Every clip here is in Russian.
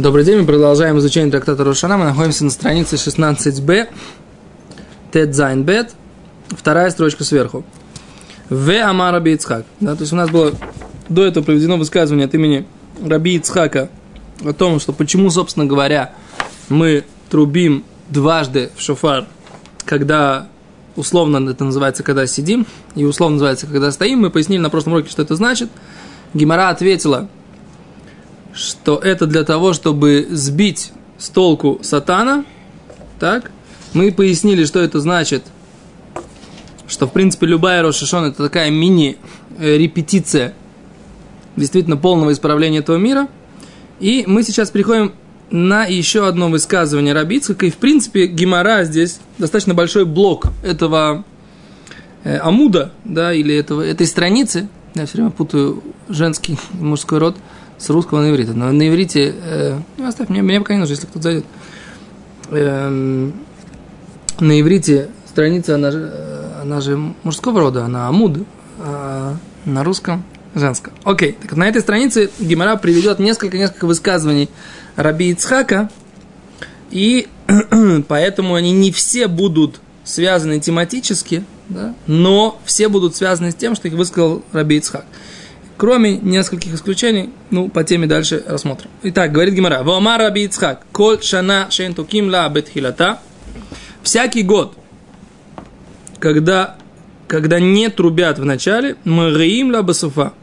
Добрый день, мы продолжаем изучение трактата Рош ха-Шана. Мы находимся на странице 16b, Тет Зайн Бет, вторая строчка сверху. В Амар Раби Ицхак. Да, то есть у нас было до этого проведено высказывание от имени Раби Ицхака о том, что почему, собственно говоря, мы трубим дважды в шофар, когда условно это называется, когда сидим, и условно называется, когда стоим. Мы пояснили на прошлом уроке, что это значит. Гемара ответила, что это для того, чтобы сбить с толку сатана. Так? Мы пояснили, что это значит, что, в принципе, любая Рош ха-Шана – это такая мини-репетиция действительно полного исправления этого мира. И мы сейчас переходим на еще одно высказывание Раби Ицхака. И, в принципе, Гемара здесь достаточно большой блок этого амуда, да, или этой страницы. Я все время путаю женский и мужской род с русского на иврите. Но на иврите... оставь, мне пока не нужно, если кто-то зайдет. На иврите страница, она же мужского рода, она амуд, а на русском женская. Окей, так на этой странице Гемара приведет несколько высказываний Раби Ицхака, и поэтому они не все будут связаны тематически, да, но все будут связаны с тем, что их высказал Раби Ицхак. Кроме нескольких исключений, по теме дальше рассмотрим. Итак, говорит Гемара: «Ваамар Раби Ицхак, коль шана шен туким ла бетхилата». Всякий год, когда не трубят в начале, мариим ла басуфа.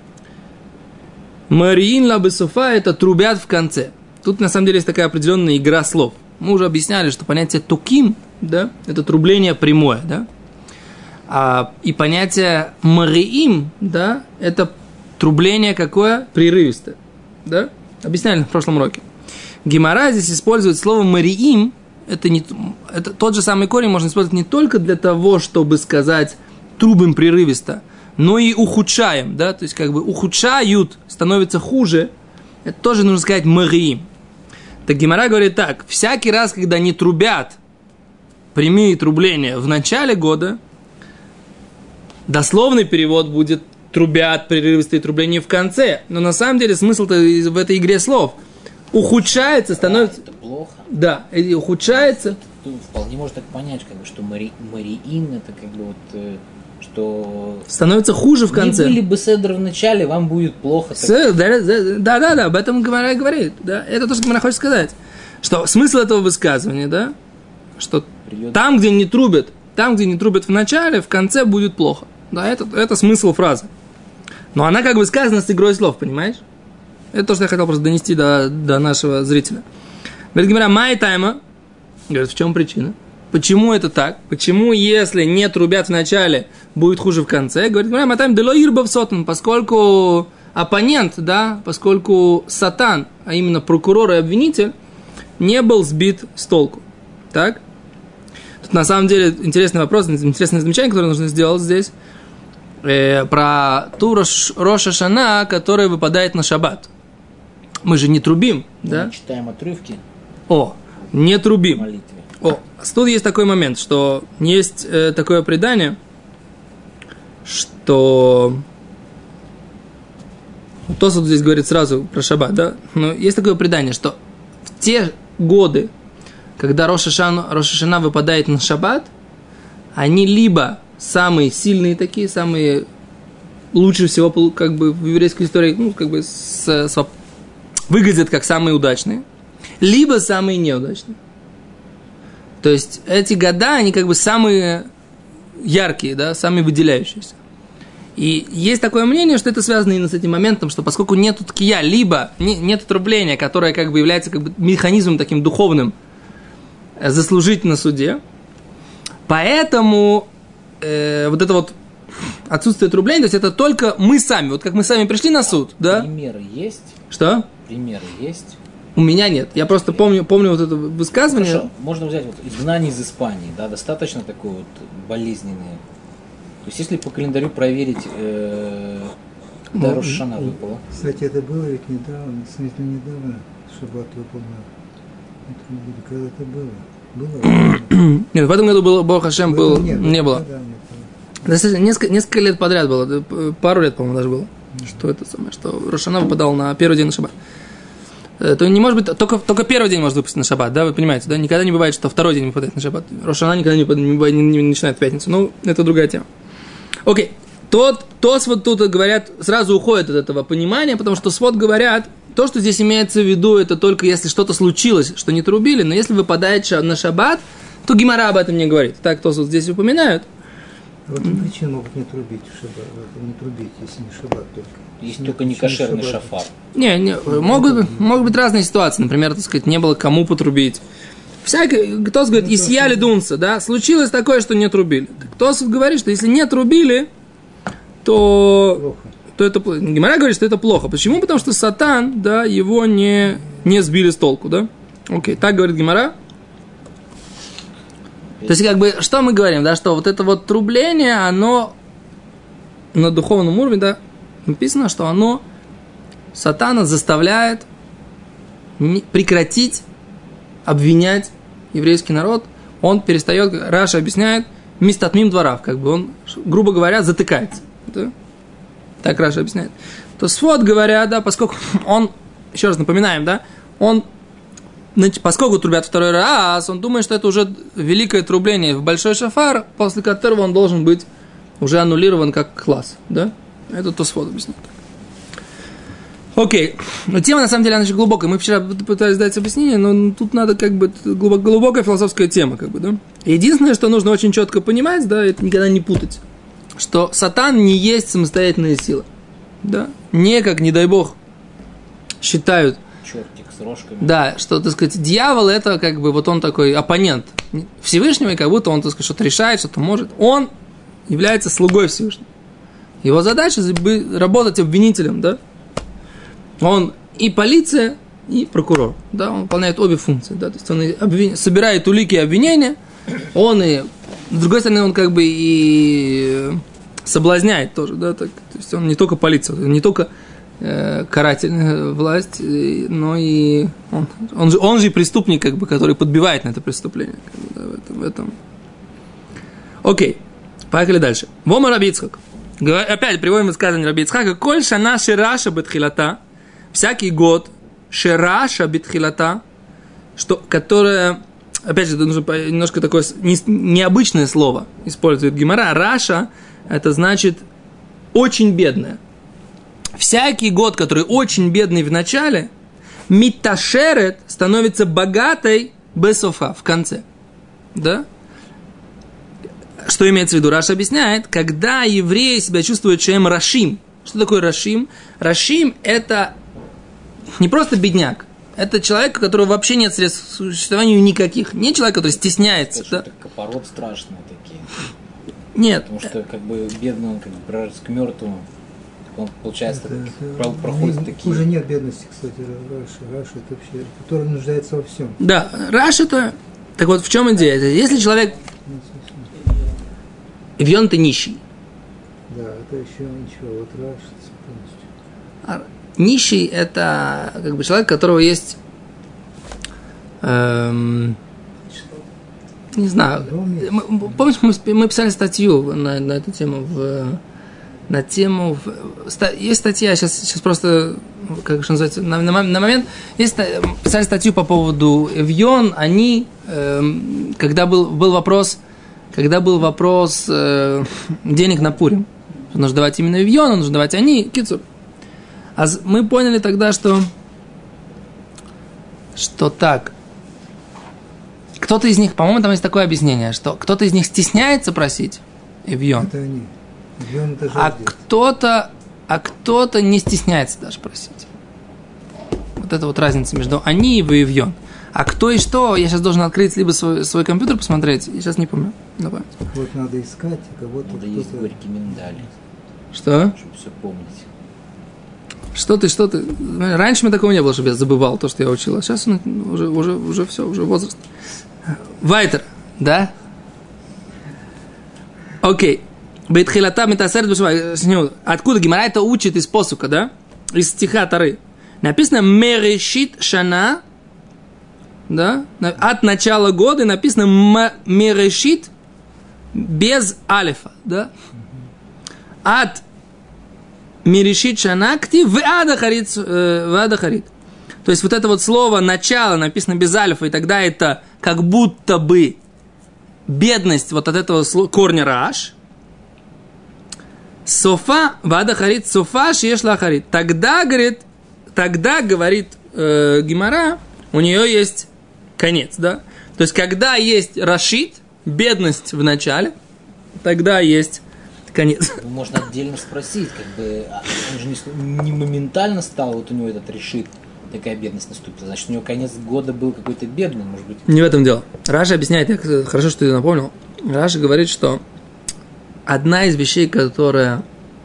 Мариим ла басуфа – это трубят в конце. Тут на самом деле есть такая определенная игра слов. Мы уже объясняли, что понятие туким, да, это трубление прямое, да. И понятие мариим, да, это трубление какое? Прерывистое. Да? Объясняли в прошлом уроке. Гемара здесь использует слово мариим. Это тот же самый корень можно использовать не только для того, чтобы сказать трубим прерывисто, но и ухудшаем. Да? То есть ухудшают, становится хуже. Это тоже нужно сказать мариим. Так Гемара говорит так: всякий раз, когда не трубят прямые трубления в начале года, дословный перевод будет трубят прерывистые трубления в конце. Но на самом деле смысл-то в этой игре слов. Ухудшается, становится... Это плохо. Да, и ухудшается. Тут вполне можно так понять, что мариин это что... Становится хуже в конце. Не были бы седр в начале, вам будет плохо. Да, об этом Гемара говорит. Да? Это то, что Гемара хочет сказать. Что смысл этого высказывания, да? Что там, где не трубят в начале, в конце будет плохо. Да, это смысл фразы. Но она сказана с игрой слов, понимаешь? Это то, что я хотел просто донести до нашего зрителя. Говорит Гемара: «Май тайма». Говорит, в чем причина? Почему это так? Почему, если не трубят в начале, будет хуже в конце? Говорит Гемара: «Май тайма дело ирбав сотан». Поскольку оппонент, да, поскольку сатан, а именно прокурор и обвинитель, не был сбит с толку. Так? Тут на самом деле интересный вопрос, интересное замечание, которое нужно сделать здесь. Про ту Рош ха-Шана, которая выпадает на шаббат. Мы же не трубим, да? Мы читаем отрывки. Не трубим. В молитве. Тут есть такой момент, что есть такое предание, что... Тосфот здесь говорит сразу про шаббат, да? Но есть такое предание, что в те годы, когда Рош ха-Шана выпадает на шаббат, они либо самые сильные такие, самые лучше всего в еврейской истории, выглядят как самые удачные, либо самые неудачные. То есть эти года, они самые яркие, да, самые выделяющиеся. И есть такое мнение, что это связано именно с этим моментом, что поскольку нету ткия, либо нет трубления, которое является механизмом таким духовным заслужить на суде, поэтому это отсутствие трубления, то есть это только мы сами, как мы сами пришли на суд, да? Примеры есть? Что? Примеры есть? У меня нет. Я просто помню это высказывание. Хорошо. Можно взять изгнание из Испании, да, достаточно такое болезненное. То есть если по календарю проверить, когда Рош ха-Шана выпало. Кстати, это было ведь сравнительно недавно, шаббат выпал. Когда это было? Нет, в этом году было, Бог Хашем был, не было. Несколько лет подряд было, пару лет, по-моему, даже было. Что это самое, что Рош ха-Шана выпадал на первый день на шаббат. то не может быть, только первый день может выпасть на шаббат, да, вы понимаете, да? Никогда не бывает, что второй день выпадает на шаббат. Рош ха-Шана никогда не начинает в пятницу. Ну, это другая тема. Окей. Тосфот тут говорят, сразу уходит от этого понимания, потому что Тосфот говорят, то, что здесь имеется в виду, это только если что-то случилось, что не трубили, но если выпадает на шаббат, то Гемара об этом не говорит. Так Тосфот здесь упоминают. Вот причин могут не трубить в шаббат, не трубить, если не шаббат только. Есть только не кошерный шафар. Не, могут быть разные ситуации. Например, так сказать, не было кому потрубить. Кто говорит, исьяли дунца, да, случилось такое, что не трубили. Кто говорит, что если не трубили, то это плохо. Гемара говорит, что это плохо. Почему? Потому что сатан, да, его не сбили с толку, да. Окей, так говорит Гемара. То есть, как бы, что мы говорим, да, что вот это вот трубление, оно на духовном уровне, да, написано, что оно сатана заставляет прекратить обвинять еврейский народ. Он перестает, Раша объясняет, мистатмим дворав, как бы он, грубо говоря, затыкается. Да? Так Раша объясняет. То Сфот говоря, да, поскольку он, еще раз напоминаем, да, он, поскольку трубят второй раз, он думает, что это уже великое трубление в большой шафар, после которого он должен быть уже аннулирован как класс, да? Это Тосфот объясняет. Окей. Но тема, на самом деле, она очень глубокая. Мы вчера пытались дать объяснение, но тут надо как бы глубокая философская тема, как бы, да? Единственное, что нужно очень четко понимать, да, это никогда не путать, что сатан не есть самостоятельная сила, да? Не, как, не дай бог, считают, чертик с рожками. Да, что, так сказать, дьявол это как бы вот он такой оппонент Всевышнего, и как будто он, так сказать, что-то решает, что-то может. Он является слугой Всевышнего. Его задача работать обвинителем, да? Он и полиция, и прокурор, да? Он выполняет обе функции, да? То есть он собирает улики и обвинения, он и, с другой стороны, он как бы и соблазняет тоже, да? То есть он не только полиция, не только карательная власть, но и он же и преступник, как бы, который подбивает на это преступление. Как бы, да, в этом. Окей, поехали дальше. Вома Раби Ицхак. Опять приводим высказывание Раби Ицхака. Коль шана шираша бетхилата, всякий год шираша бетхилата, которое, опять же, нужно немножко такое необычное слово использует Гемара. Раша, это значит очень бедная. Всякий год, который очень бедный в начале, миташерет становится богатой бесофа в конце. Да? Что имеется в виду? Раша объясняет, когда евреи себя чувствуют шеем рашим. Что такое рашим? Рашим – это не просто бедняк. Это человек, у которого вообще нет средств к существованию никаких. Не человек, который стесняется. Это да? копорот страшные такие. Нет. Потому что как бы бедный, он как бы прорывается к мертвому. Он, получается, проходит такие... Хуже нет бедности, кстати, Раша это вообще, который нуждается во всем. Да, Раша это... Так вот, в чем идея? Если человек... Ивьон ты нищий. Да, это еще ничего, вот Раша полностью. Нищий это как бы человек, у которого есть... не знаю. Помнишь, мы писали статью на эту тему есть статья, сейчас просто, как же называется, на момент, писали статью по поводу Эвьон, они, когда был вопрос денег на Пурим, нужно давать именно Эвьон, нужно давать они, кицур. А мы поняли тогда, что так, кто-то из них, по-моему, там есть такое объяснение, что кто-то из них стесняется просить Эвьон. Это они. Эвьон это кто-то не стесняется даже просить. Вот это вот разница между они и Эвьон. А кто и что, я сейчас должен открыть либо свой компьютер посмотреть, я сейчас не помню. Давай. Вот надо искать кого-то. Надо есть горькие миндали. Что? Чтобы все помнить. Что ты? Раньше у меня такого не было, чтобы я забывал то, что я учил. А сейчас уже все, уже возраст. Вайтер, да? Окей. Бейтхилата метасерет бешва. Откуда Гемара это учит из посука, да? Из стиха Тары. Написано мерешит шана, да? От начала года написано мерешит без алифа, да? От мерешит шана ктив вада харит. То есть вот это вот слово «начало» написано без альфа, и тогда это как будто бы бедность вот от этого корня «раш». Софа, вада харит, софа шешла харит. Тогда, говорит Гемара, у нее есть конец, да? То есть, когда есть рашит, бедность в начале, тогда есть конец. Можно отдельно спросить, как бы, он же не моментально стал, вот у него этот решит, такая бедность наступила. Значит, у него конец года был какой-то бедный, может быть. Не в этом дело. Раша объясняет, хорошо, что ты напомнил. Раша говорит, что одна из вещей, которая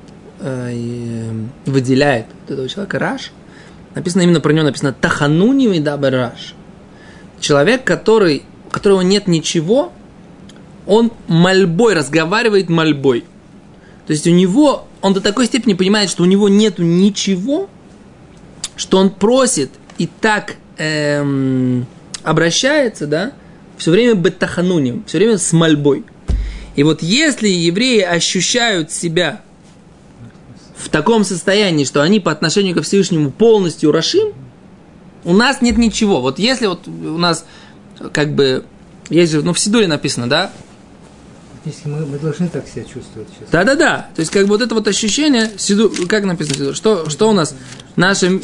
выделяет вот этого человека Раш, написано именно про него, написано «Тахануни мидабер Раш». Человек, у которого нет ничего, он мольбой, разговаривает мольбой. То есть у него, он до такой степени понимает, что у него нету ничего, что он просит и так обращается, да, все время бетахануним, все время с мольбой. И вот если евреи ощущают себя в таком состоянии, что они по отношению ко Всевышнему полностью рашим, у нас нет ничего. Вот если вот у нас как бы есть же, в Сидуре написано, да? Мы должны так себя чувствовать сейчас. Да. То есть как бы вот это вот ощущение, как написано в Сидуре, что у нас наше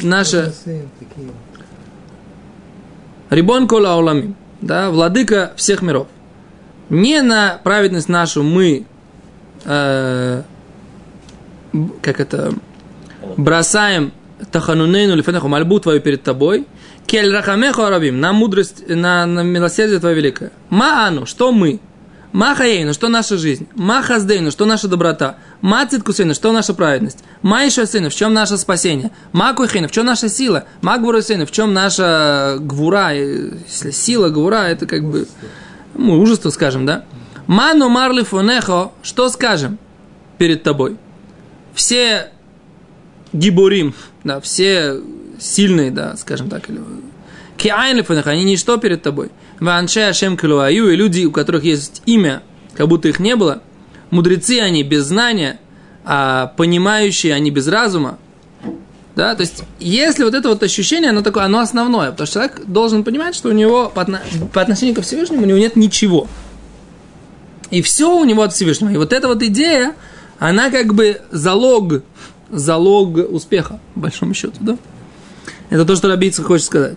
Рибон кола ауламим, да, владыка всех миров. Не на праведность нашу мы бросаем таханунейну лифанеху, мольбу твою перед тобой, кель рахамеху арабим, на мудрость, на милосердие твое великое. Маану, что мы? Ма хаейну, что наша жизнь? Ма хаздейну, что наша доброта? Ма циткусейну, что наша праведность? Ма ишасейну, в чем наше спасение? Ма кухейну, в чем наша сила? Ма гвурасейну, в чем наша гвура? Если сила, гвура, это как бы мужество, скажем, да? Ма номар лифонехо, что скажем перед тобой? Все гибурим, да, все сильные, да, скажем так, киайн лифонехо, они ничто перед тобой. Ванше Ашем Килуаю, и люди, у которых есть имя, как будто их не было, мудрецы они без знания, а понимающие они без разума. Да, то есть, если вот это вот ощущение, оно такое, оно основное, потому что человек должен понимать, что у него по отношению ко Всевышнему у него нет ничего. И все у него от Всевышнего. И вот эта вот идея, она как бы залог успеха, по большому счету, да? Это то, что Раби Ицхак хочет сказать.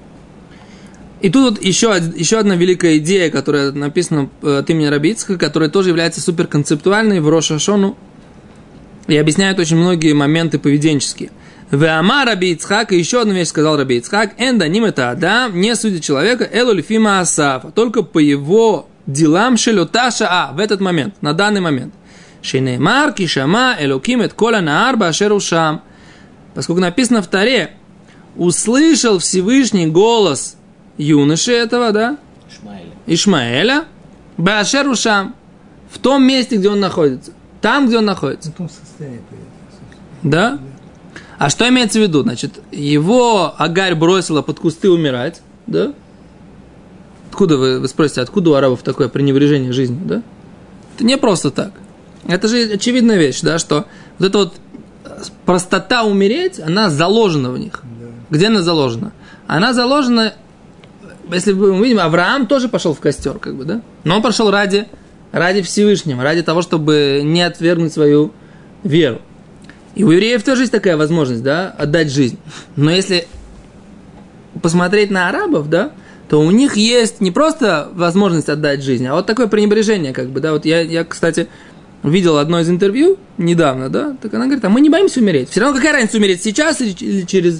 И тут вот еще одна великая идея, которая написана от имени Раби Ицхака, которая тоже является суперконцептуальной в Рош ха-Шону и объясняет очень многие моменты поведенческие. Веама Раби Ицхак, и еще одну вещь сказал Раби Ицхак, энда ним это адам, не судит человека, элу лифима асафа, только по его делам шелюташа в этот момент, на данный момент. Шейнеймар кишама элоким эт кола наар башер ушам. Поскольку написано в Торе, услышал Всевышний голос юноши этого, да? Ишмаэля. Башер ушам. В том месте, где он находится. Там, где он находится. В том состоянии. Да? А что имеется в виду? Значит, его Агарь бросила под кусты умирать, да? Откуда вы спросите, откуда у арабов такое пренебрежение жизнью, да? Это не просто так. Это же очевидная вещь, да, что вот эта вот простота умереть, она заложена в них. Да. Где она заложена? Она заложена, если мы увидим, Авраам тоже пошел в костер, как бы, да? Но он пошел ради Всевышнего, ради того, чтобы не отвергнуть свою веру. И у евреев тоже есть такая возможность, да, отдать жизнь. Но если посмотреть на арабов, да, то у них есть не просто возможность отдать жизнь, а вот такое пренебрежение, как бы, да. Вот я, кстати, видел одно из интервью недавно, да, так она говорит, а мы не боимся умереть. Все равно какая разница умереть сейчас или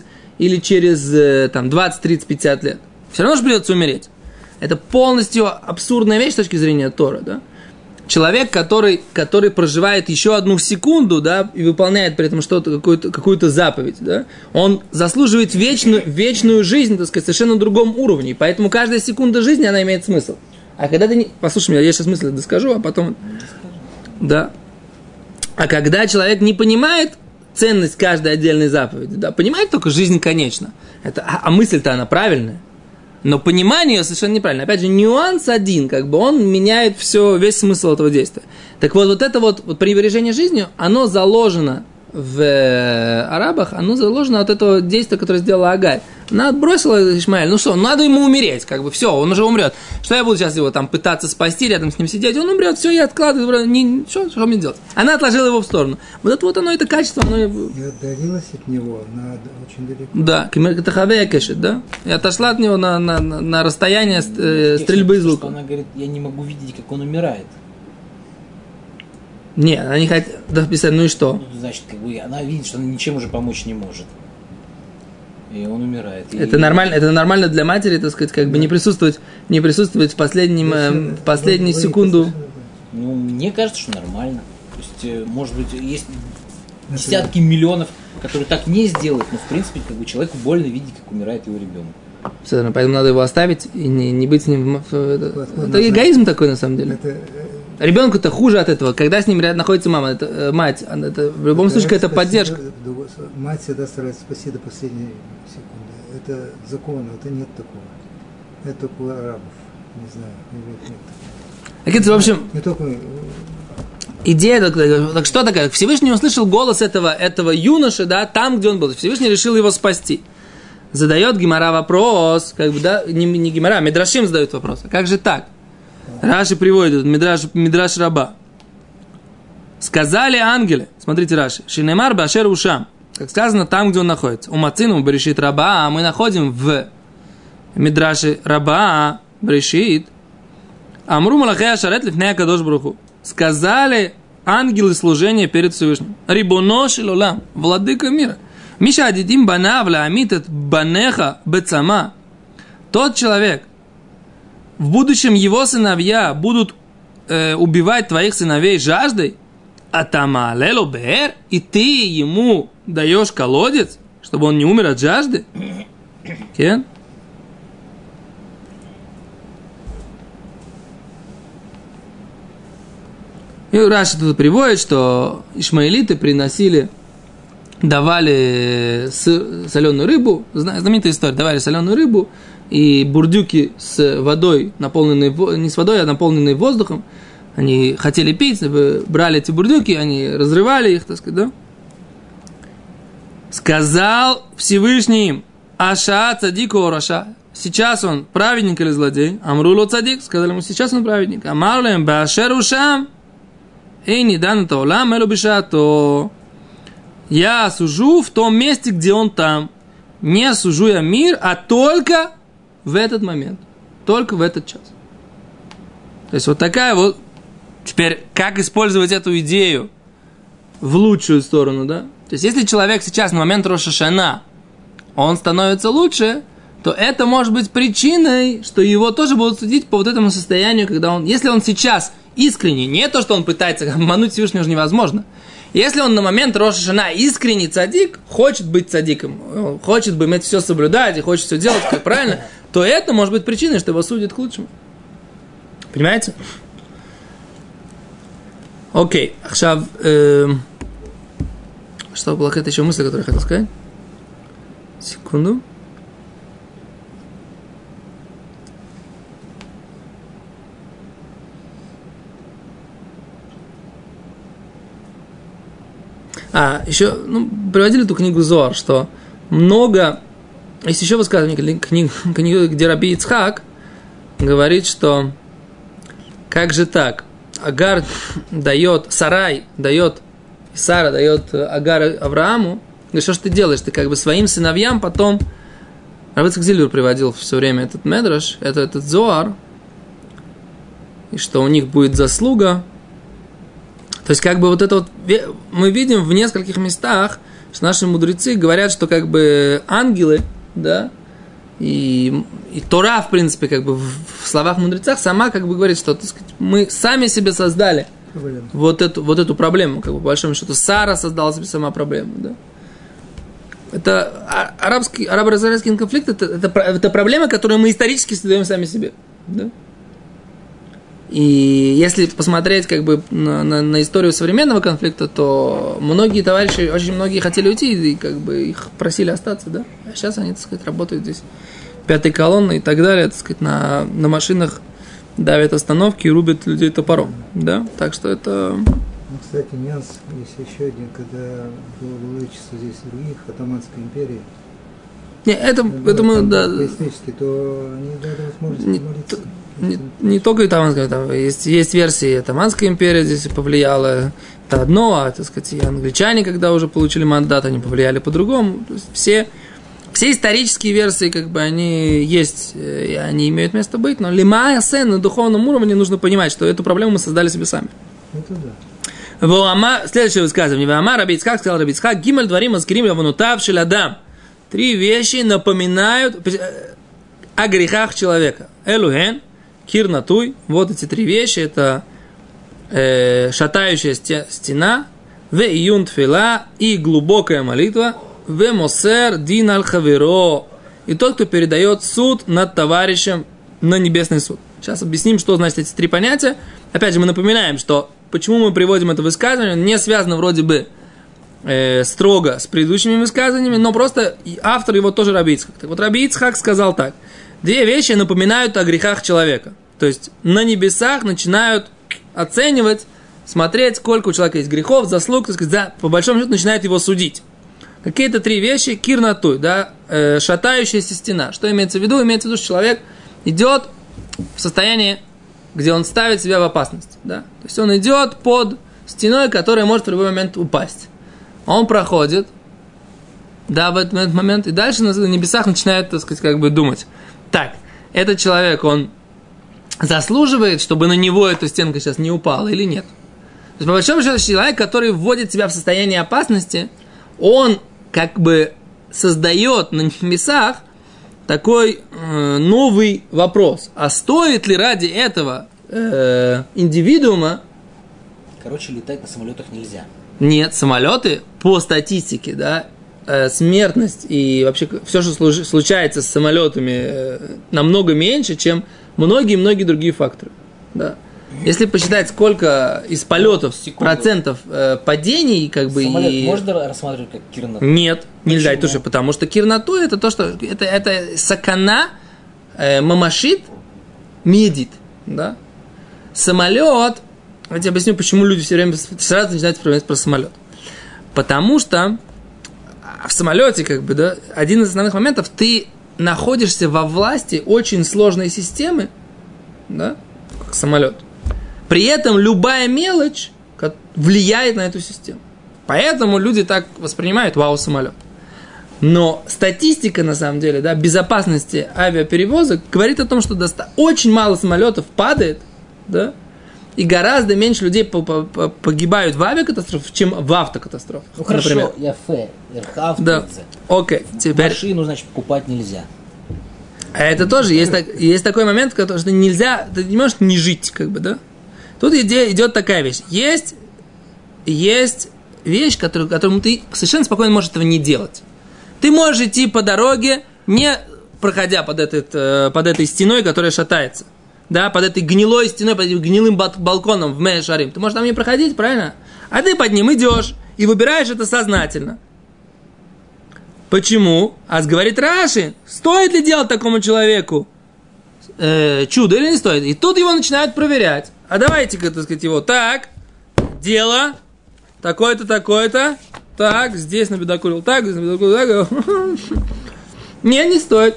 через там, 20, 30, 50 лет. Все равно же придется умереть. Это полностью абсурдная вещь с точки зрения Тора, да. Человек, который проживает еще одну секунду, да, и выполняет при этом что-то, какую-то заповедь, да, он заслуживает вечную жизнь, так сказать, совершенно на другом уровне. И поэтому каждая секунда жизни, она имеет смысл. А когда ты не... Послушай меня, я сейчас мысль доскажу, а потом... Да. А когда человек не понимает ценность каждой отдельной заповеди, да, понимает только жизнь конечна. А мысль-то она правильная. Но понимание ее совершенно неправильно. Опять же, нюанс один, как бы он меняет весь смысл этого действия. Так вот это вот пренебрежение жизнью, оно заложено в арабах, оно заложено от этого действия, которое сделала Агарь. Она отбросила Ишмаэля. Ну что, надо ему умереть, как бы, все, он уже умрет. Что я буду сейчас его там пытаться спасти, рядом с ним сидеть? Он умрет, все, я откладываю. Что мне делать? Она отложила его в сторону. Вот это вот оно, это качество, оно... И отдалилась от него очень далеко. Да, Кимеркатахавея кэшет, да? И отошла от него на расстояние стрельбы из лука. Она говорит, я не могу видеть, как он умирает. Не, она не хотела писать, ну и что? Ну, значит, как бы она видит, что она ничем уже помочь не может. И он умирает. Это нормально для матери, так сказать, как бы не присутствовать в последнюю секунду. Ну, мне кажется, что нормально. То есть, может быть, есть десятки миллионов, которые так не сделают, но в принципе, как бы человеку больно видеть, как умирает его ребенок. Поэтому надо его оставить и не быть с ним. Это эгоизм такой, на самом деле. Ребенку-то хуже от этого, когда с ним рядом находится мама, мать. Это, в любом случае, какая-то поддержка. Мать всегда старается спасти до последней секунды. Это закон, это нет такого. Это только у арабов. Не знаю, нет такого. В общем, не только... идея, так что такая? Всевышний услышал голос этого юноши, да, там, где он был. Всевышний решил его спасти. Задает Гемара вопрос, как бы, да, не Гемара, Мидрашим задают вопрос. А как же так? Раши приводит, Мидраш Раба. Сказали ангелы, смотрите Раши, Шинемар Башер Ушам, как сказано, там, где он находится. У Мацину Берешит Раба, мы находим в Мидраше Раба, Берешит, Амру Малахея Шарет Лифнея Кадош Бруху. Сказали ангелы служения перед Всевышним. Рибоно Шилолам, владыка мира. Миша Адидим Банавля Амитет Банеха Бецама. Тот человек, в будущем его сыновья будут убивать твоих сыновей жаждой, а тамалело бэр, и ты ему даешь колодец, чтобы он не умер от жажды. Кен? И Раши тут приводит, что ишмаэлиты давали соленую рыбу, знаменитая история, давали соленую рыбу и бурдюки с водой, наполненные, не с водой, а наполненные воздухом. Они хотели пить, брали эти бурдюки, они разрывали их, так сказать, да? Сказал Всевышний им: Аша цадику раша. Сейчас он праведник или злодей? Амруло цадик. Сказали ему: сейчас он праведник. Амарлем башер ушам. Эй, не дан это улам, элу бишато. Я сужу в том месте, где он там. Не сужу я мир, а только в этот момент. Только в этот час. То есть вот такая вот. Теперь, как использовать эту идею в лучшую сторону, да? То есть, если человек сейчас на момент Рош ха-Шана, он становится лучше, то это может быть причиной, что его тоже будут судить по вот этому состоянию, когда он... Если он сейчас искренне, не то, что он пытается обмануть Всевышнего, уже невозможно. Если он на момент Рош ха-Шана искренний цадик, хочет быть цадиком, хочет бы иметь все соблюдать и хочет все делать как правильно, то это может быть причиной, что его судят к лучшему. Понимаете? Окей, עכשיו, что была какая-то еще мысль, которую я хотел сказать? Секунду. Еще, приводили эту книгу Зоар, что много, есть еще высказывание, книга, где Раби Ицхак говорит, что как же так? Агар дает, Сара дает Агар Аврааму. Говорит, что ж ты делаешь? Ты как бы своим сыновьям потом... Рав Ицхак Зильбер приводил все время этот медраш, этот Зоар, и что у них будет заслуга. То есть как бы вот это вот... Мы видим в нескольких местах, что наши мудрецы говорят, что как бы ангелы, да, и Тора, в принципе, как бы в словах мудрецах сама как бы говорит, что, так сказать, мы сами себе создали вот эту проблему, как бы по большому счету. Сара создала себе сама проблему, да. Это арабо-израильский конфликт, это проблема, которую мы исторически создаем сами себе, да. И если посмотреть как бы на историю современного конфликта, то многие товарищи, очень многие хотели уйти, и как бы их просили остаться, да. А сейчас они, так сказать, работают здесь пятой колонной и так далее, так сказать, на машинах давят остановки и рубят людей топором, да. Так что это... Ну, кстати, нюанс есть еще один, когда было владычество здесь других, Отоманской империи, Не, это мы, да. Пояснически, то не дает возможности молиться. Не только Таманская, там есть версии, Таманская империя здесь повлияла, это одно, а, так сказать, и англичане, когда уже получили мандат, они повлияли по-другому. То есть все исторические версии, как бы, они есть, и они имеют место быть, но лимая сен на духовном уровне нужно понимать, что эту проблему мы создали себе сами. Это да. Следующее высказывание. Ваама Раби Ицхак, сказал Раби Ицхак, гималь дворим аскирим лаванутав шелядам. 3 вещи напоминают о грехах человека. Элуген, кирнатуй, вот эти 3 вещи, это шатающая стена, ве июн тфила, и глубокая молитва, ве мосер дин аль хаверо, и тот, кто передает суд над товарищем на небесный суд. Сейчас объясним, что значит эти 3 понятия. Опять же, мы напоминаем, что почему мы приводим это высказывание, не связано вроде бы строго с предыдущими высказываниями, но просто автор его тоже Раби Ицхак. Так вот, Раби Ицхак сказал так. 2 вещи напоминают о грехах человека. То есть на небесах начинают оценивать, смотреть, сколько у человека есть грехов, заслуг, так сказать, по большому счету начинают его судить. Какие-то 3 вещи, кирнатуй, да, шатающаяся стена. Что имеется в виду? Имеется в виду, что человек идет в состоянии, где он ставит себя в опасность. Да? То есть он идет под стеной, которая может в любой момент упасть. Он проходит, да, в этот момент, и дальше на небесах начинает, так сказать, как бы думать. Так, этот человек, он заслуживает, чтобы на него эта стенка сейчас не упала или нет? То есть, по большому счету, человек, который вводит себя в состояние опасности, он как бы создает на небесах такой новый вопрос. А стоит ли ради этого индивидуума... Короче, летать на самолетах нельзя. Нет, самолеты по статистике, да, смертность и вообще все, что случается с самолетами, намного меньше, чем многие-многие другие факторы. Да. Если посчитать, сколько из полетов процентов падений, как бы... Самолет можно рассматривать как кирнату? Нет, нельзя, тоже, потому что кирнату это то, что... Это сакана, мамашит, медит, да. Самолет... Я тебе объясню, почему люди все время сразу начинают вспоминать про самолет. Потому что в самолете, как бы, да, один из основных моментов, ты находишься во власти очень сложной системы, да, как самолет. При этом любая мелочь влияет на эту систему. Поэтому люди так воспринимают вау-самолет. Но статистика, на самом деле, да, безопасности авиаперевозок говорит о том, что очень мало самолетов падает, да, и гораздо меньше людей погибают в авиакатастрофах, чем в автокатастрофах. Ну хорошо, например. я фэ. Да. Окей, теперь... Машину, значит, покупать нельзя. А это тоже есть такой момент, что нельзя, ты не можешь не жить, как бы, да? Тут идет такая вещь. Есть вещь, которую ты совершенно спокойно можешь этого не делать. Ты можешь идти по дороге, не проходя под этой стеной, которая шатается. Да, под этой гнилой стеной, под этим гнилым балконом в Мея-Шарим. Ты можешь там не проходить, правильно? А ты под ним идешь и выбираешь это сознательно. Почему? Ас говорит Раши, стоит ли делать такому человеку чудо или не стоит? И тут его начинают проверять. А давайте-ка, так сказать, его так, дело, такое-то, такое-то, так, здесь набедокурил, так, здесь набедокурил, так. Не стоит.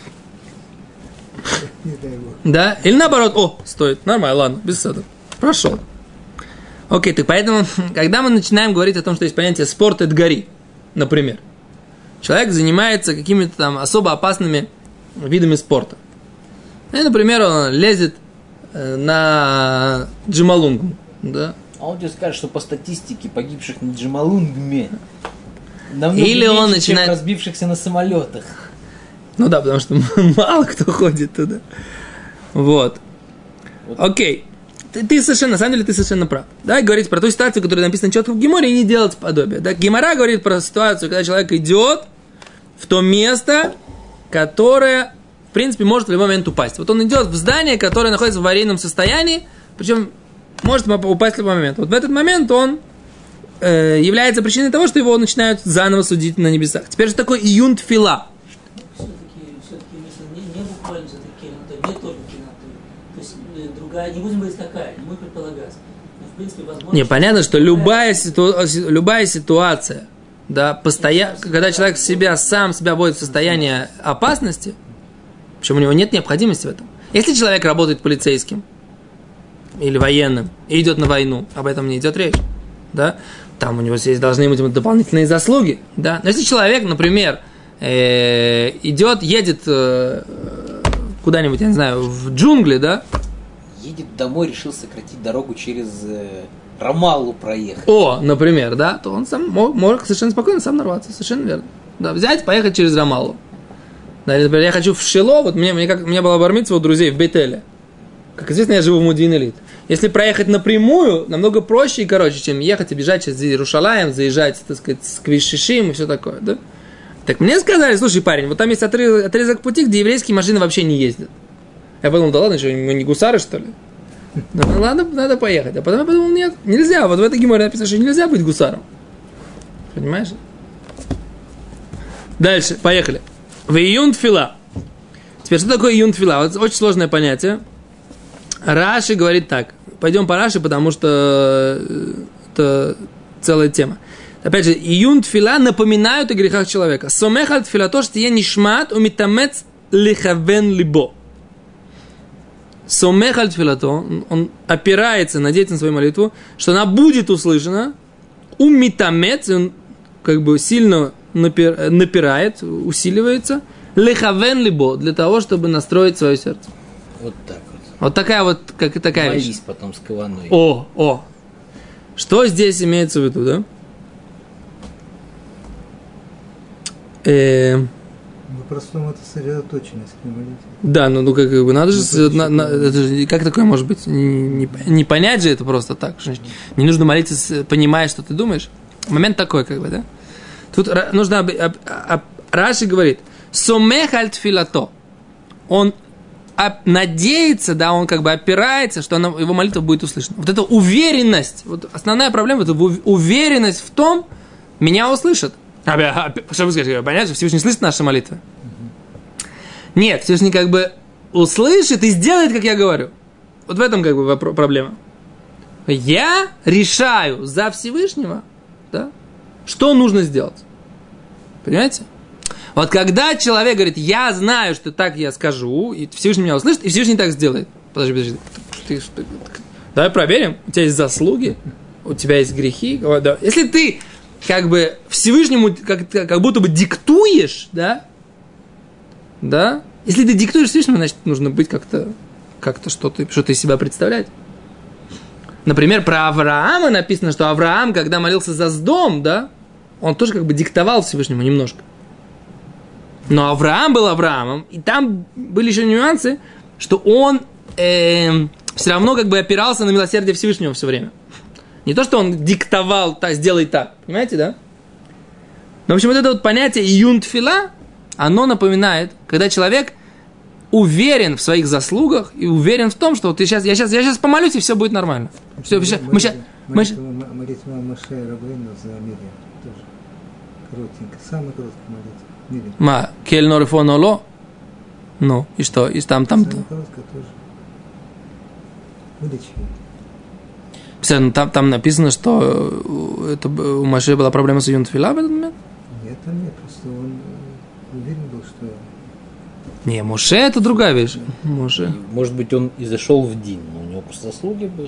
Да? Или наоборот, стоит, нормально, ладно, без сада. Прошел. Окей, так поэтому, когда мы начинаем говорить о том, что есть понятие спорт от гори, например, человек занимается какими-то там особо опасными видами спорта. И, например, он лезет на Джамалунгму, да? А он тебе скажет, что по статистике погибших на Джамалунгме намного или меньше, он начинает... чем разбившихся на самолетах. Ну да, потому что мало кто ходит туда. Вот. Окей. Ты совершенно, на самом деле, ты совершенно прав. Да, говорить про ту ситуацию, которая написана четко в Геморе, и не делать подобие. Да, Гемора говорит про ситуацию, когда человек идет в то место, которое, в принципе, может в любой момент упасть. Вот он идет в здание, которое находится в аварийном состоянии, причем может упасть в любой момент. Вот в этот момент он является причиной того, что его начинают заново судить на небесах. Теперь же такой июн тфила. Все-таки не буквально все-таки, не только киноту. То есть другая, не будем говорить такая, не мы предполагать. Но в принципе возможно... Не, понятно, что любая ситуация, да, когда человек сам себя вводит в состояние опасности, причем у него нет необходимости в этом. Если человек работает полицейским или военным и идет на войну, об этом не идет речь, да, там у него есть, должны быть дополнительные заслуги, да. Но если человек, например, едет куда-нибудь, я не знаю, в джунгли, да. Едет домой, решил сократить дорогу через Рамаллу проехать. Например, да, то он сам может совершенно спокойно сам нарваться, совершенно верно. Да, взять, поехать через Рамаллу. Да, или, например, я хочу в Шило, вот у меня была бар-мицва у друзей в Бейтеле. Как известно, я живу в Модиин-Илит. Если проехать напрямую, намного проще и короче, чем ехать и бежать через Иерушалаем, заезжать, так сказать, с Квиш-Шишим и все такое, да? Так мне сказали, слушай, парень, вот там есть отрезок пути, где еврейские машины вообще не ездят. Я подумал, да ладно, что, мы не гусары, что ли? Ну ладно, надо поехать. А потом я подумал, нет, нельзя. Вот в этой геморе написано, что нельзя быть гусаром. Понимаешь? Дальше, поехали. В июн тфила. Теперь, что такое июн тфила? Вот очень сложное понятие. Раши говорит так. Пойдем по Раши, потому что это целая тема. Опять же, июн тфила напоминают о грехах человека. Сомехаль тфила то, что я нишмат умитамец лихавен либо. Сомехаль тфилато, он опирается, надеется на свою молитву, что она будет услышана. Умитамец, он как бы сильно напирает, усиливается. Лихавен либо, для того, чтобы настроить свое сердце. Вот так вот. Вот такая вот, как и такая Молись вещь. потом с каваной. Что здесь имеется в виду, да? По-простому это сосредоточенность к молитве. Да, ну как бы надо же, это же, как такое может быть? Не понять же это просто так. Не нужно молиться, понимая, что ты думаешь. Момент такой, как бы, да? Тут нужно, Раши говорит, сомех аль тфилато. Он надеется, да, он как бы опирается, что его молитва будет услышана. Вот эта уверенность, вот основная проблема, это уверенность в том, меня услышат. Что вы скажете? Понятно, что Всевышний слышит наши молитвы? Нет, Всевышний как бы услышит и сделает, как я говорю. Вот в этом как бы проблема. Я решаю за Всевышнего, да, что нужно сделать. Понимаете? Вот когда человек говорит, я знаю, что так я скажу, и Всевышний меня услышит, и Всевышний так сделает. Подожди. Давай проверим. У тебя есть заслуги, у тебя есть грехи. Если ты как бы Всевышнему как будто бы диктуешь, да? Если ты диктуешь Всевышнему, значит, нужно быть как-то что-то из себя представлять. Например, про Авраама написано, что Авраам, когда молился за Сдом, да, он тоже как бы диктовал Всевышнему немножко. Но Авраам был Авраамом, и там были еще нюансы, что он все равно как бы опирался на милосердие Всевышнего все время. Не то, что он диктовал, так, сделай так. Понимаете, да? Но, в общем, вот это вот понятие июн тфила, оно напоминает, когда человек уверен в своих заслугах и уверен в том, что вот я сейчас помолюсь, и все будет нормально. Все, молитва Моше Рабейну за Мирьям тоже коротенько, самая короткая молитва. Кель норифон оло? Ну, и что? И там. Самая короткая тоже. Вылечили. Там написано, что это у Моше была проблема с июн тфила в этот момент? Нет, просто он уверен был, что... Не, Моше это другая вещь. Моше. Может быть, он и зашел в Дин, но у него просто заслуги были.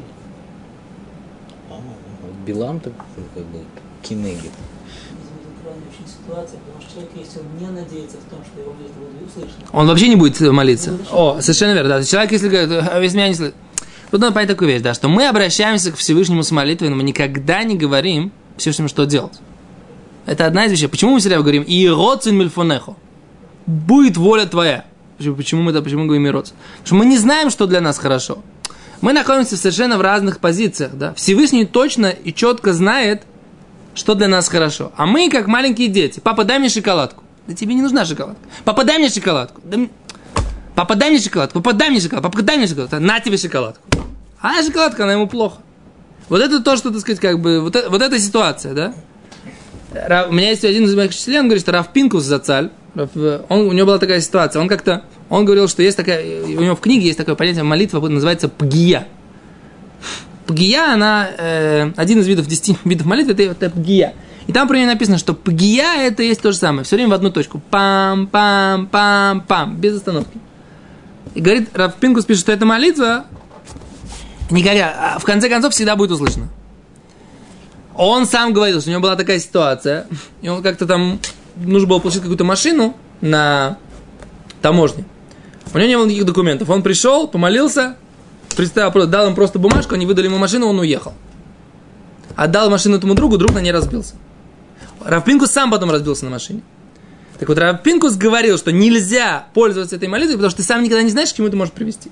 Билам так как бы кинегит. Очень ситуация, потому что человек, если он не надеется в том, что его молитва будет услышана, он вообще не будет молиться. Совершенно верно. Да. Человек, если говорит, если меня не слышит. Тут надо понять такую вещь, да, что мы обращаемся к Всевышнему с молитвой, но мы никогда не говорим Всевышнему, что делать. Это одна из вещей. Почему мы всегда говорим «Иероцин мильфонехо» – «Будет воля твоя». Почему мы говорим «Иероцин»? Потому что мы не знаем, что для нас хорошо. Мы находимся совершенно в разных позициях. Да? Всевышний точно и четко знает, что для нас хорошо. А мы, как маленькие дети, папа, дай мне шоколадку. Да тебе не нужна шоколадка. Папа, дай мне шоколадку. Папа, дай мне шоколадку. Папа, дай мне шоколадку. Папа, дай мне шоколадку. На тебе шоколадку. А шоколадка, она ему плохо. Вот это то, что, так сказать, как бы, вот эта ситуация, да? У меня есть один из моих учителей, он говорит, что Рав Пинкус Зацаль, у него была такая ситуация, он говорил, что есть такая, у него в книге есть такое понятие молитва, называется пгия. Пгия, она, один из видов, 10 видов молитвы, это пгия. И там про нее написано, что пгия это есть то же самое. Все время в одну точку. Пам-пам-пам-пам. Без остановки. И говорит, Рав Пинкус пишет, что эта молитва никогда, в конце концов, всегда будет услышана. Он сам говорил, что у него была такая ситуация, и он как-то там, нужно было получить какую-то машину на таможне. У него не было никаких документов. Он пришел, помолился, представил, дал им просто бумажку, они выдали ему машину, он уехал. Отдал машину этому другу, друг на ней разбился. Рав Пинкус сам потом разбился на машине. Так вот, Рав Пинкус говорил, что нельзя пользоваться этой молитвой, потому что ты сам никогда не знаешь, к чему это может привести.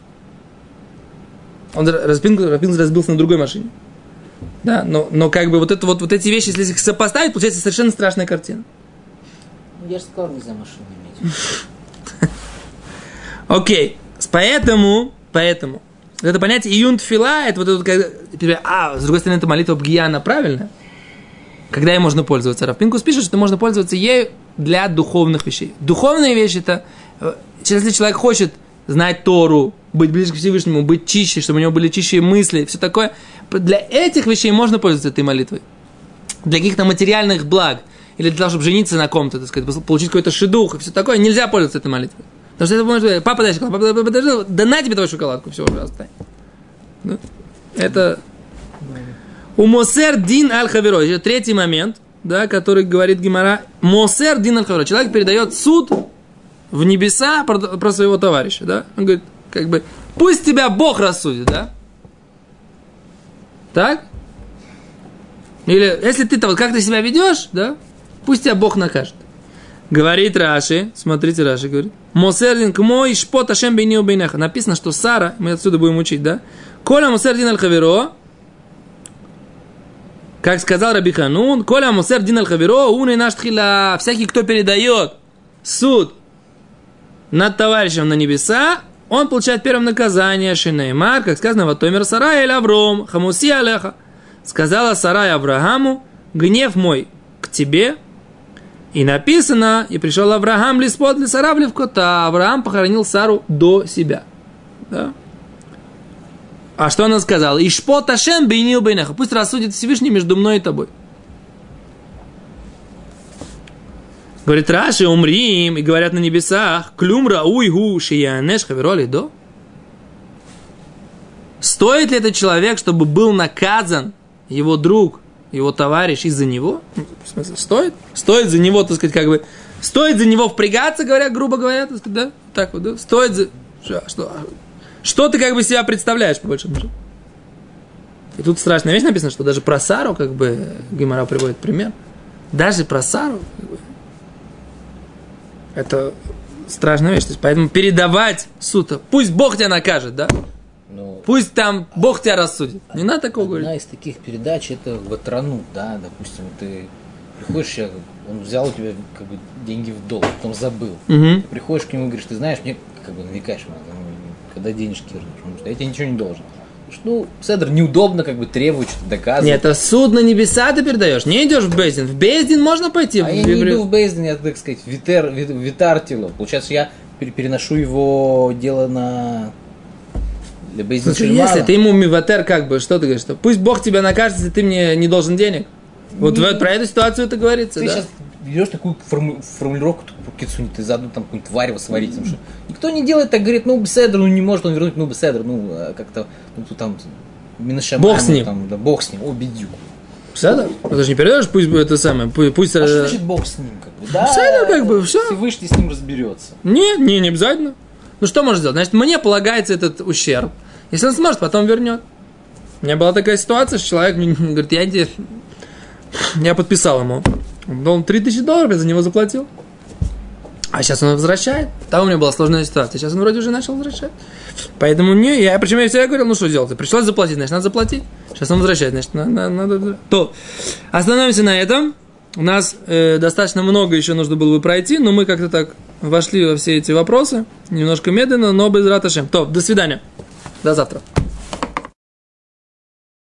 Рав Пинкус разбился на другой машине. Да, но как бы вот эти вещи, если их сопоставить, получается совершенно страшная картина. Я же сказал, нельзя машину иметь. Окей, поэтому это понятие июн тфила, это вот это, с другой стороны, это молитва бгия, она правильная. Когда ей можно пользоваться? Рав Пинкус пишет, что можно пользоваться ею для духовных вещей. Духовные вещи это, если человек хочет знать Тору, быть ближе к Всевышнему, быть чище, чтобы у него были чище мысли, все такое. Для этих вещей можно пользоваться этой молитвой. Для каких-то материальных благ, или для того, чтобы жениться на ком-то, так сказать, получить какой-то шедух, и все такое, нельзя пользоваться этой молитвой. Потому что это может, папа дай шоколадку, папа дай, да на тебе твою шоколадку, все, пожалуйста. Да? Это умосер дин аль-хаверо. Еще третий момент, да, который говорит Гемара. Мосер дин аль-хаверо. Человек передает суд в небеса про своего товарища, да. Он говорит, как бы, пусть тебя Бог рассудит, да. Так? Или, если ты вот как ты себя ведешь, да, пусть тебя Бог накажет. Говорит Раши, смотрите, Раши говорит, Мосердин к мой шпот ашем бейни у бейнеха. Написано, что Сара, мы отсюда будем учить, да, Коля Мосердин аль-хаверо, как сказал Раби Ханун, Коля Мосердин аль-хаверо, уны наш тхила, всякий, кто передает суд над товарищем на небеса, он получает первым наказание, Шинеймар, как сказано, Ватомер Сарай эль Авром, Хамуси алеха. Сказала Сарай Аврааму, гнев мой к тебе. И написано, и пришел Авраам лиспот ли Сара в кота. Авраам похоронил Сару до себя. Да? А что она сказала? Ишпот Ашем бейни у бейнеха. Пусть рассудит Всевышний между мной и тобой. Говорит Раши, умрим, и говорят на небесах, клюм рауй гу шиянеш хавероли до. Стоит ли этот человек, чтобы был наказан его друг, его товарищ из-за него? В смысле, стоит? Стоит за него, так сказать, как бы, стоит за него впрягаться, говоря, грубо говоря, так сказать, да? Так вот, да? Стоит за... Что ты как бы себя представляешь, по большому счету? И тут страшная вещь написана, что даже про Сару, как бы, Гемара приводит пример. Даже про Сару, как бы, это страшная вещь. То есть, поэтому передавать суд, пусть Бог тебя накажет, да? Пусть там Бог тебя рассудит. Не надо такого говорить. Одна из таких передач это Ватранут, да, допустим, ты приходишь, он взял у тебя как бы деньги в долг, потом забыл. Ты приходишь к нему и говоришь, ты знаешь, мне как бы намекаешь, когда денежки вернешь, потому что я тебе ничего не должен. Ну, Седр, неудобно как бы требовать, что-то доказывать. Нет, это суд на небеса ты передаешь. Не идешь в Бейздин. В Бейздин можно пойти. А я не иду в Бейздин, я, так сказать, витартило. Получается, я переношу его дело на Бейздин Шельмана. Если ты ему миватер, как бы, что ты говоришь? Что пусть Бог тебя накажет, если ты мне не должен денег. Вот про эту ситуацию это говорится, ты да? Сейчас берешь такую формулировку, кицуни, ты заодно там какую-нибудь варево сварить, потому что никто не делает так, говорит, ну, беседр, ну, не может он вернуть, ну, беседр, ну, как-то, ну, там, Минашамай, Бог с ним. Там, да, Бог с ним, о, бедюк. Беседр? Ты же не передаешь, пусть это самое, пусть... А что значит Бог с ним, как бы, да? Беседр, как бы, все. Всевышний с ним разберется. Не обязательно. Ну, что можно сделать? Значит, мне полагается этот ущерб. Если он сможет, потом вернет. У меня была такая ситуация, что человек мне говорит, я подписал ему. Он $3000 я за него заплатил. А сейчас он возвращает. Там у меня была сложная ситуация. Сейчас он вроде уже начал возвращать. Поэтому причем я всегда говорил, ну что делать? Пришлось заплатить, значит, надо заплатить. Сейчас он возвращает, значит, надо. То, остановимся на этом. У нас достаточно много еще нужно было бы пройти, но мы как-то так вошли во все эти вопросы. Немножко медленно, но без раташем. То, до свидания. До завтра.